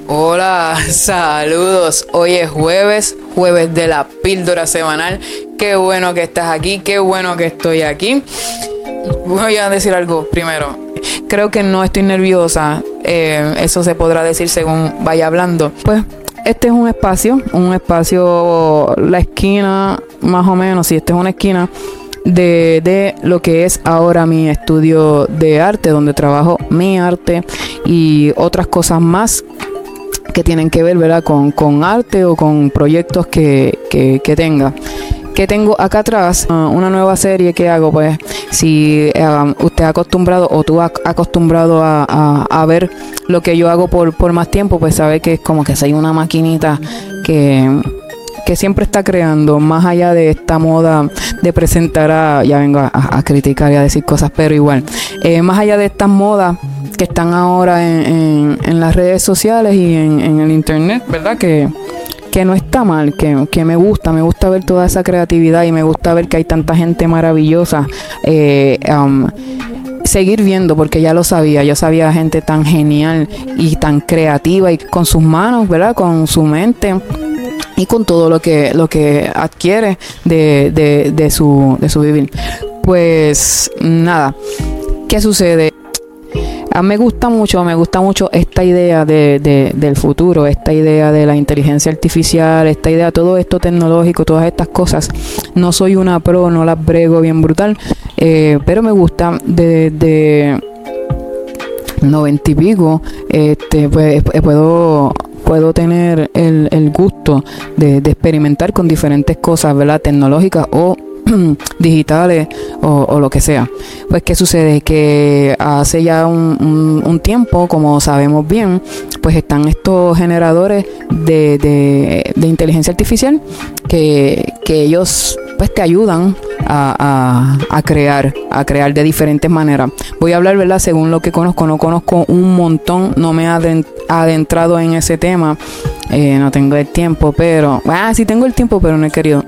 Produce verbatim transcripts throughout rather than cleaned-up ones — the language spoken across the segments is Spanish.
Hola, saludos. Hoy es jueves, jueves de la píldora semanal. Qué bueno que estás aquí, qué bueno que estoy aquí. Voy a decir algo primero. Creo que no estoy nerviosa. Eh, eso se podrá decir según vaya hablando. Pues este es un espacio, un espacio, la esquina, más o menos, si esta es una esquina de, de lo que es ahora mi estudio de arte, donde trabajo mi arte y otras cosas más que tienen que ver, ¿verdad?, con, con arte o con proyectos que, que, que tenga. Que tengo acá atrás, uh, una nueva serie que hago, pues, si uh, usted ha acostumbrado o tú has acostumbrado a, a, a ver lo que yo hago por, por más tiempo, pues sabe que es como que soy una maquinita que, que siempre está creando, más allá de esta moda de presentar a, ya vengo a, a criticar y a decir cosas, pero igual, eh, más allá de estas modas que están ahora en, en, en las redes sociales y en, en el internet, ¿verdad? Que, que no está mal, que, que me gusta, me gusta ver toda esa creatividad y me gusta ver que hay tanta gente maravillosa. Eh, um, seguir viendo, porque ya lo sabía, yo sabía gente tan genial y tan creativa y con sus manos, ¿verdad? Con su mente y con todo lo que, lo que adquiere de, de, de, su, de su vivir. Pues nada, ¿qué sucede? A mí me gusta mucho, me gusta mucho esta idea de, de, del futuro, esta idea de la inteligencia artificial, esta idea, todo esto tecnológico, todas estas cosas. No soy una pro, no las brego bien brutal, eh, pero me gusta de, de noventa y pico, este, pues puedo... puedo tener el, el gusto de, de experimentar con diferentes cosas, ¿verdad?, tecnológicas o digitales o, o lo que sea. Pues ¿qué sucede? Que hace ya un, un, un tiempo, como sabemos bien, pues están estos generadores de, de, de inteligencia artificial que, que ellos pues te ayudan a, a, a crear, a crear de diferentes maneras. Voy a hablar, ¿verdad?, según lo que conozco. No conozco un montón, no me he adentrado en ese tema, eh, no tengo el tiempo, pero ah, sí tengo el tiempo, pero no he querido.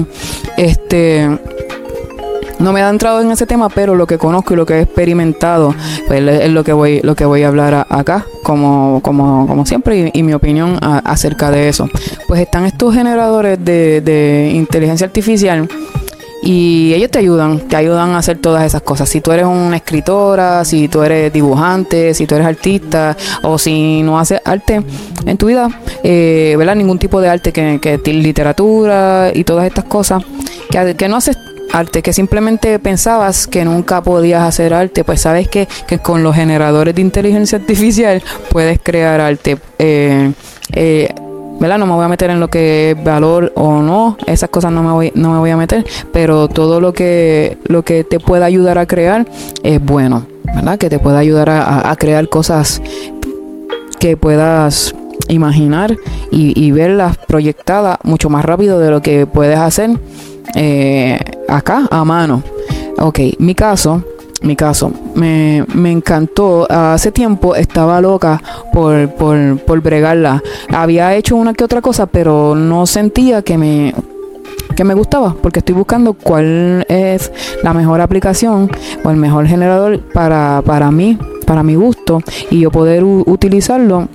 este no me he adentrado en ese tema, pero lo que conozco y lo que he experimentado, pues es lo que voy, lo que voy a hablar a, acá, como, como, como siempre, y, y mi opinión a, acerca de eso. Pues están estos generadores de, de inteligencia artificial. Y ellos te ayudan, te ayudan a hacer todas esas cosas. Si tú eres una escritora, si tú eres dibujante, si tú eres artista, o si no haces arte en tu vida, eh, ¿verdad? Ningún tipo de arte, que, que literatura y todas estas cosas, que, que no haces arte, que simplemente pensabas que nunca podías hacer arte, pues sabes que, que con los generadores de inteligencia artificial puedes crear arte. Eh, eh, ¿verdad? No me voy a meter en lo que es valor o no, esas cosas no me voy, no me voy a meter, pero todo lo que, lo que te pueda ayudar a crear es bueno, ¿verdad? Que te pueda ayudar a, a crear cosas que puedas imaginar y, y verlas proyectadas mucho más rápido de lo que puedes hacer eh, acá a mano. Ok, mi caso... Mi caso, me, me encantó. Hace tiempo estaba loca por, por, por bregarla. Había hecho una que otra cosa, pero no sentía que me, que me gustaba, porque estoy buscando cuál es la mejor aplicación o el mejor generador para, para mí, para mi gusto, y yo poder u- utilizarlo.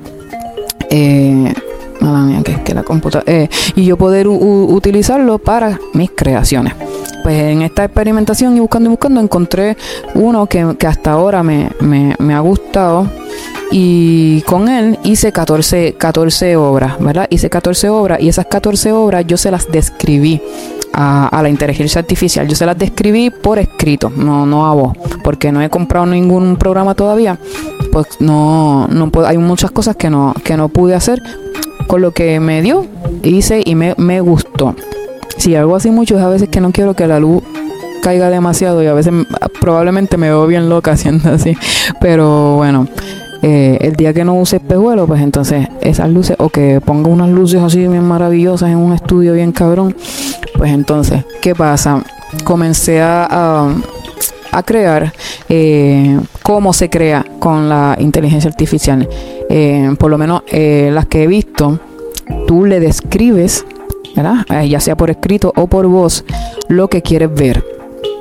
Eh, Mala mía, que, que la computadora. Eh, y yo poder u- u- utilizarlo para mis creaciones. Pues en esta experimentación y buscando y buscando encontré uno que, que hasta ahora me, me, me ha gustado. Y con él hice catorce, catorce obras, ¿verdad? Hice catorce obras y esas catorce obras yo se las describí a, a la inteligencia artificial. Yo se las describí por escrito, no, no a voz, porque no he comprado ningún programa todavía. Pues no, no puedo, hay muchas cosas que no, que no pude hacer. Con lo que me dio, hice y me, me gustó. Si hago así mucho, es a veces que no quiero que la luz caiga demasiado y a veces probablemente me veo bien loca haciendo así. Pero bueno, eh, el día que no use espejuelo, pues entonces esas luces, o que ponga unas luces así bien maravillosas en un estudio bien cabrón, pues entonces, ¿qué pasa? Comencé a... a a crear eh, cómo se crea con la inteligencia artificial. Eh, por lo menos eh, las que he visto, tú le describes, ¿verdad? Eh, ya sea por escrito o por voz, lo que quieres ver.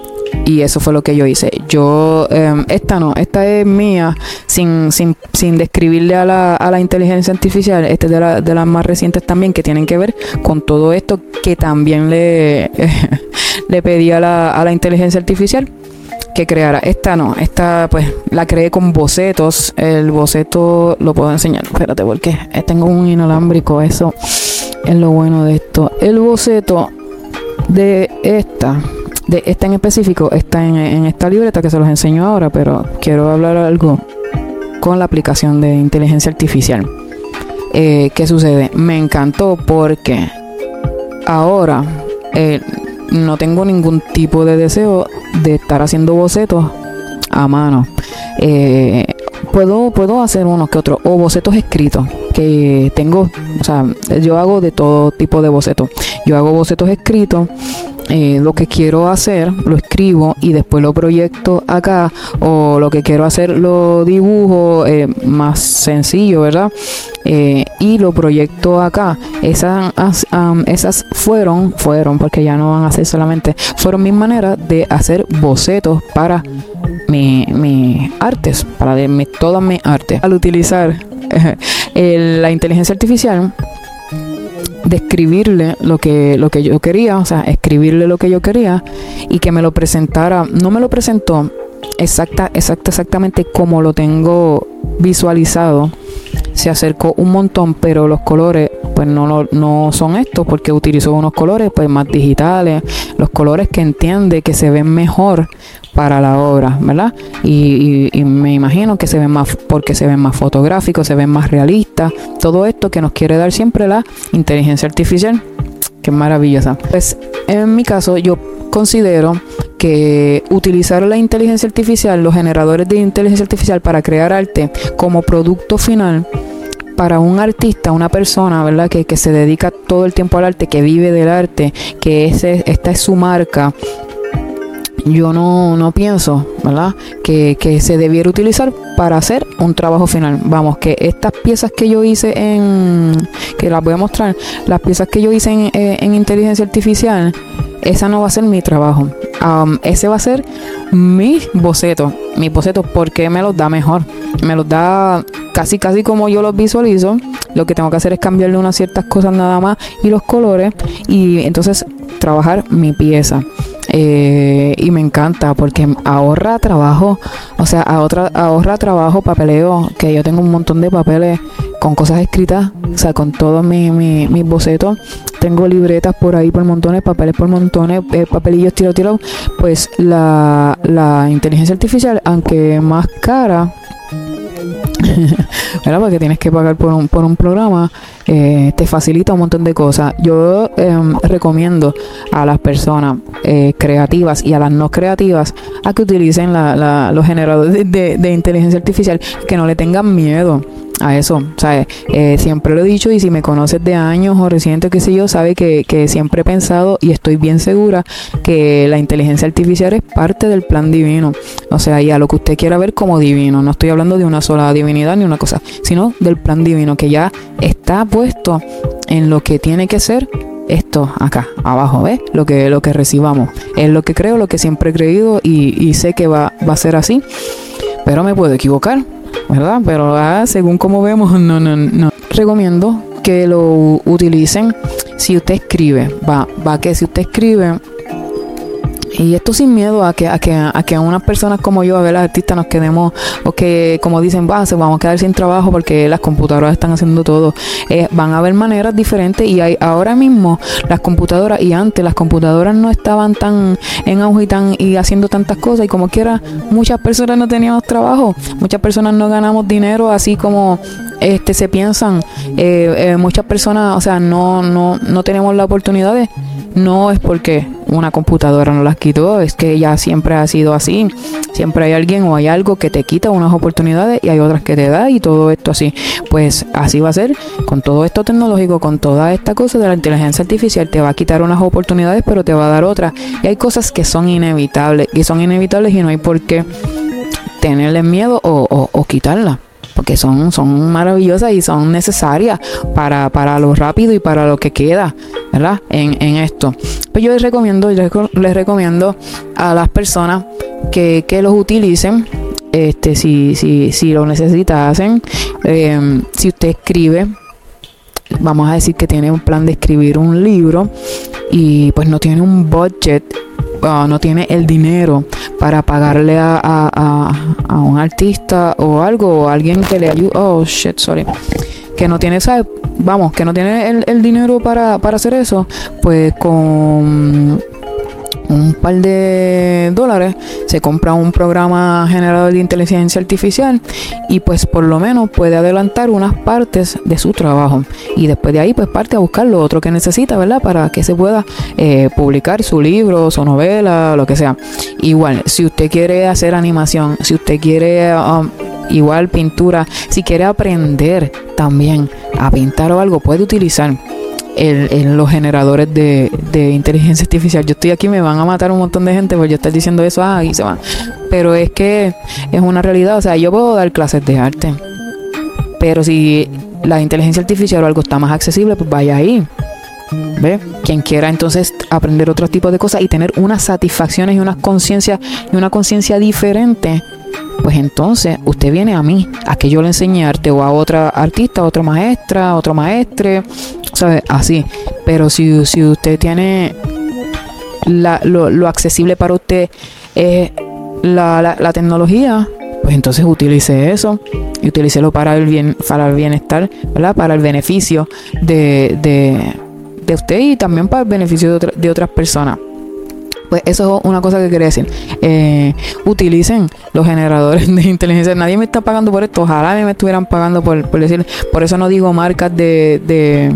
y eso fue lo que yo hice. Yo, eh, esta no, esta es mía, sin, sin, sin describirle a la, a la inteligencia artificial. Esta es de, la, de las más recientes también, que tienen que ver con todo esto que también le, eh, le pedí a la, a la inteligencia artificial que creara. Esta no, esta pues la creé con bocetos. El boceto lo puedo enseñar, espérate, porque tengo un inalámbrico, eso es lo bueno de esto. El boceto de esta, de esta en específico, está en, en esta libreta que se los enseño ahora, pero quiero hablar algo con la aplicación de inteligencia artificial. Eh, ¿Qué sucede? Me encantó porque ahora eh, no tengo ningún tipo de deseo de estar haciendo bocetos a mano. Eh, puedo, puedo hacer unos que otros, o bocetos escritos, que tengo, o sea, yo hago de todo tipo de bocetos. Yo hago bocetos escritos. Eh, lo que quiero hacer lo escribo y después lo proyecto acá, o lo que quiero hacer lo dibujo eh, más sencillo, ¿verdad? Eh, y lo proyecto acá. Esas, um, esas fueron, fueron, porque ya no van a ser solamente, fueron mis maneras de hacer bocetos para mis mi artes, para de, mi, todas mis artes. Al utilizar eh, la inteligencia artificial, describirle lo que lo que yo quería, o sea, escribirle lo que yo quería y que me lo presentara. No me lo presentó exacta, exacta, exactamente como lo tengo visualizado. Se acercó un montón, pero los colores pues no, no, no son estos, porque utilizó unos colores pues más digitales, los colores que entiende que se ven mejor para la obra, ¿verdad? Y, y, y me imagino que se ven más, porque se ven más fotográficos, se ven más realistas, todo esto que nos quiere dar siempre la inteligencia artificial, que es maravillosa. Pues en mi caso yo considero que utilizar la inteligencia artificial, los generadores de inteligencia artificial para crear arte como producto final para un artista, una persona, ¿verdad? Que, que se dedica todo el tiempo al arte, que vive del arte, que ese, esta es su marca. Yo no, no pienso, ¿verdad? Que, que se debiera utilizar para hacer un trabajo final. Vamos, que estas piezas que yo hice en, que las voy a mostrar, las piezas que yo hice en, eh, en inteligencia artificial, esa no va a ser mi trabajo. Um, ese va a ser mi boceto, mi boceto, porque me los da mejor. Me los da casi, casi como yo los visualizo. Lo que tengo que hacer es cambiarle unas ciertas cosas nada más y los colores, y entonces trabajar mi pieza. Eh, y me encanta porque ahorra trabajo, o sea, ahorra, ahorra trabajo, papeleo, que yo tengo un montón de papeles con cosas escritas, o sea, con todos mis, mis, mis bocetos. Tengo libretas por ahí por montones, papeles por montones, eh, papelillos tiro tiro. Pues la, la inteligencia artificial, aunque más cara, ¿verdad? Porque tienes que pagar por un, por un programa, eh, te facilita un montón de cosas. Yo eh, recomiendo a las personas eh, creativas y a las no creativas a que utilicen la, la, los generadores de, de, de inteligencia artificial, que no le tengan miedo a eso, ¿sabes? Eh, siempre lo he dicho, y si me conoces de años o reciente, qué sé yo, sabe que, que siempre he pensado y estoy bien segura que la inteligencia artificial es parte del plan divino, o sea, y a lo que usted quiera ver como divino. No estoy hablando de una sola divinidad ni una cosa, sino del plan divino que ya está puesto en lo que tiene que ser. Esto acá abajo, ¿ves? Lo que, lo que recibamos es lo que creo, lo que siempre he creído, y, y sé que va, va a ser así, pero me puedo equivocar, ¿verdad? Pero ah, según como vemos, no, no, no. Recomiendo que lo utilicen si usted escribe. Va, va que si usted escribe, y esto sin miedo a que a que a que unas personas como yo, a ver, las artistas, nos quedemos, o que como dicen, va, se vamos a quedar sin trabajo porque las computadoras están haciendo todo. Eh, van a haber maneras diferentes, y hay ahora mismo las computadoras, y antes las computadoras no estaban tan en auge y tan y haciendo tantas cosas, y como quiera muchas personas no teníamos trabajo, muchas personas no ganamos dinero así como este se piensan. Eh, eh, muchas personas, o sea, no no no tenemos las oportunidades. No es porque una computadora nos las quitó, es que ya siempre ha sido así. Siempre hay alguien o hay algo que te quita unas oportunidades y hay otras que te da, y todo esto así. Pues así va a ser con todo esto tecnológico, con toda esta cosa de la inteligencia artificial. Te va a quitar unas oportunidades, pero te va a dar otras. Y hay cosas que son inevitables, y son inevitables y no hay por qué tenerles miedo o, o, o quitarlas. porque son, son maravillosas y son necesarias para, para lo rápido y para lo que queda, ¿verdad? En, en esto. Pues yo les recomiendo, les, les recomiendo a las personas que, que los utilicen. Este, si, si, si lo necesitasen, eh, si usted escribe, vamos a decir que tiene un plan de escribir un libro y pues no tiene un budget, uh, no tiene el dinero para pagarle a, a, a, a un artista o algo, o alguien que le ayude, oh shit, sorry, que no tiene, ¿sabes? Vamos, que no tiene el, el dinero para, para hacer eso, pues con un par de dólares se compra un programa generador de inteligencia artificial y pues por lo menos puede adelantar unas partes de su trabajo y después de ahí pues parte a buscar lo otro que necesita, ¿verdad? Para que se pueda eh, publicar su libro, su novela, lo que sea. Igual, si usted quiere hacer animación, si usted quiere um, igual pintura, si quiere aprender también a pintar o algo, puede utilizar El, el, los generadores de, de inteligencia artificial. Yo estoy aquí, me van a matar un montón de gente por yo estar diciendo eso, ah, y se van. Pero es que es una realidad, o sea, yo puedo dar clases de arte, pero si la inteligencia artificial o algo está más accesible, pues vaya ahí. ¿Ve? Quien quiera entonces aprender otros tipos de cosas y tener unas satisfacciones y unas conciencias y una conciencia diferente, pues entonces usted viene a mí, a que yo le enseñe arte, o a otra artista, otra maestra, otro maestre, ¿sabe? Así. Pero si, si usted tiene la, lo, lo accesible para usted es la, la, la tecnología, pues entonces utilice eso y utilícelo para el bien, para el bienestar, ¿verdad? Para el beneficio de, de, de usted y también para el beneficio de, otra, de otras personas. Pues eso es una cosa que quería decir. Eh, utilicen los generadores de inteligencia. Nadie me está pagando por esto. Ojalá me estuvieran pagando por, por decir. Por eso no digo marcas de, de,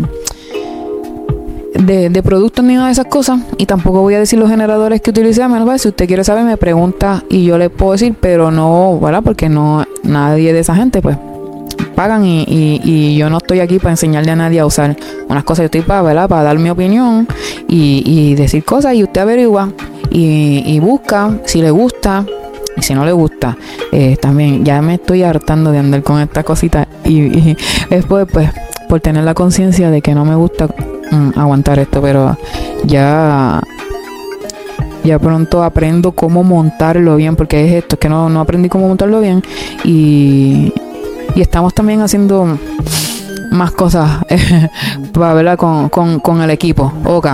de, de productos ni nada de esas cosas. Y tampoco voy a decir los generadores que utilicé. Menos, si usted quiere saber, me pregunta y yo le puedo decir. Pero no, ¿verdad? Porque no, nadie de esa gente, pues, pagan y, y, y yo no estoy aquí para enseñarle a nadie a usar unas cosas. Yo estoy para, ¿verdad? Para dar mi opinión y, y decir cosas y usted averigua y, y busca si le gusta y si no le gusta. Eh, también ya me estoy hartando de andar con estas cositas y, y después pues por tener la conciencia de que no me gusta mm, aguantar esto, pero ya ya pronto aprendo cómo montarlo bien, porque es esto, es que no, no aprendí cómo montarlo bien y Y estamos también haciendo más cosas para verla con, con, con el equipo. Ok.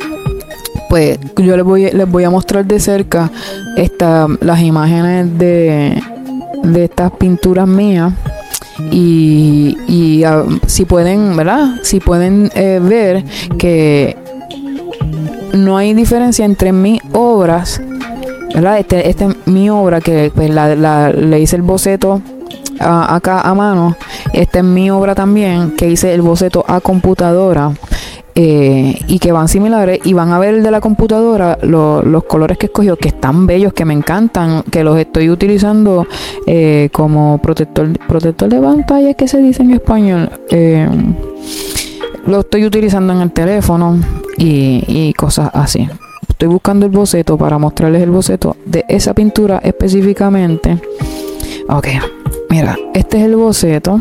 Pues yo les voy, les voy a mostrar de cerca esta, las imágenes de, de estas pinturas mías. Y, y uh, si pueden, ¿verdad? Si pueden eh, ver que no hay diferencia entre mis obras, ¿verdad? Este, esta es mi obra que pues, la, la, le hice el boceto a, acá a mano. Esta es mi obra también, que hice el boceto a computadora. Eh, y que van similares y van a ver el de la computadora lo, los colores que escogió, que están bellos, que me encantan, que los estoy utilizando eh, como protector protector de pantalla, que se dice en español. Eh, lo estoy utilizando en el teléfono y, y cosas así. Estoy buscando el boceto para mostrarles el boceto de esa pintura específicamente. Ok, mira, este es el boceto.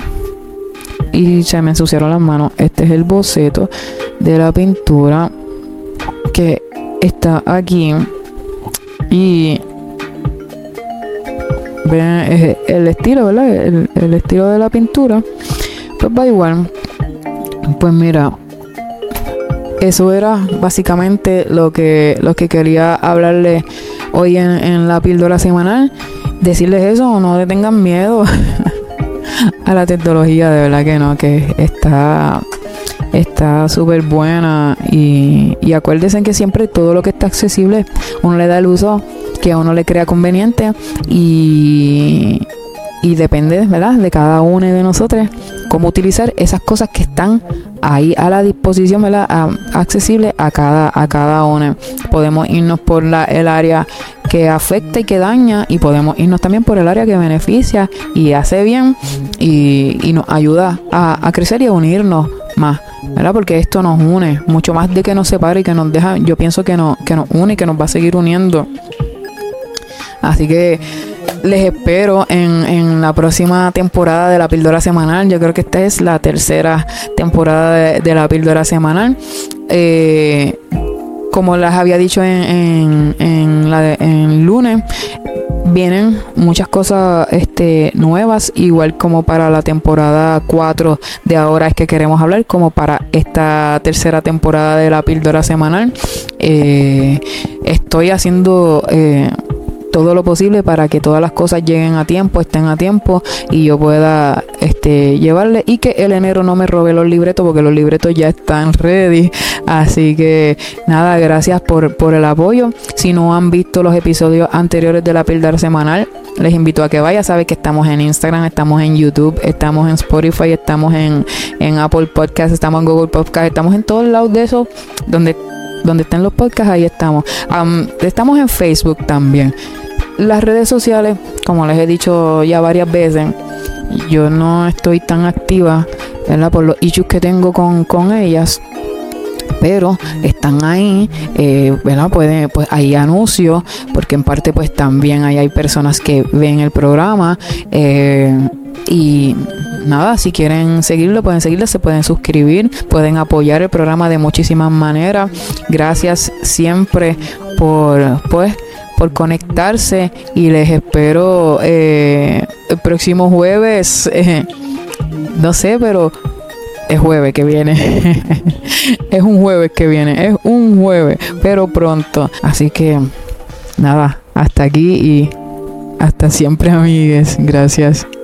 Y se me ensuciaron las manos. Este es el boceto de la pintura que está aquí. Y ven el estilo, ¿verdad? El, el estilo de la pintura, pues va igual. Pues mira, eso era básicamente lo que, lo que quería hablarles hoy en, en la píldora semanal. Decirles eso, no le tengan miedo a la tecnología, de verdad que no, que está está súper buena y, y acuérdense que siempre todo lo que está accesible uno le da el uso que a uno le crea conveniente y, y depende, ¿verdad?, de cada uno de nosotros cómo utilizar esas cosas que están ahí a la disposición, ¿verdad?, a, accesible a cada a cada uno. Podemos irnos por la, el área que afecta y que daña, y podemos irnos también por el área que beneficia y hace bien y, y nos ayuda a, a crecer y a unirnos más, ¿verdad? Porque esto nos une mucho más de que nos separa y que nos deja. Yo pienso que, no, que nos une y que nos va a seguir uniendo. Así que les espero en, en la próxima temporada de la Píldora Semanal. Yo creo que esta es la tercera temporada de, de la Píldora Semanal. Eh, como les había dicho en, en, en, la de, en lunes, vienen muchas cosas este, nuevas, igual como para la temporada cuatro de ahora es que queremos hablar, como para esta tercera temporada de la Píldora Semanal. Eh, estoy haciendo eh, todo lo posible para que todas las cosas lleguen a tiempo, estén a tiempo y yo pueda este, llevarle, y que el enero no me robe los libretos, porque los libretos ya están ready. Así que nada, gracias por, por el apoyo. Si no han visto los episodios anteriores de la Píldora Semanal, les invito a que vayan. Saben que estamos en Instagram, estamos en YouTube, estamos en Spotify, estamos en, en Apple Podcasts, estamos en Google Podcasts, estamos en todos lados de eso, donde, donde estén los podcasts, ahí estamos. Um, estamos en Facebook también. Las redes sociales, como les he dicho ya varias veces, yo no estoy tan activa, ¿verdad?, por los issues que tengo con, con ellas, pero están ahí, eh, ¿verdad? Pueden, pues hay anuncios, porque en parte pues también ahí hay personas que ven el programa, eh, y nada, si quieren seguirlo, pueden seguirlo, se pueden suscribir, pueden apoyar el programa de muchísimas maneras. Gracias siempre por, pues, por conectarse, y les espero eh, el próximo jueves, eh, no sé, pero es jueves que viene. Es un jueves que viene, es un jueves, pero pronto. Así que nada, hasta aquí y hasta siempre, amigues. Gracias.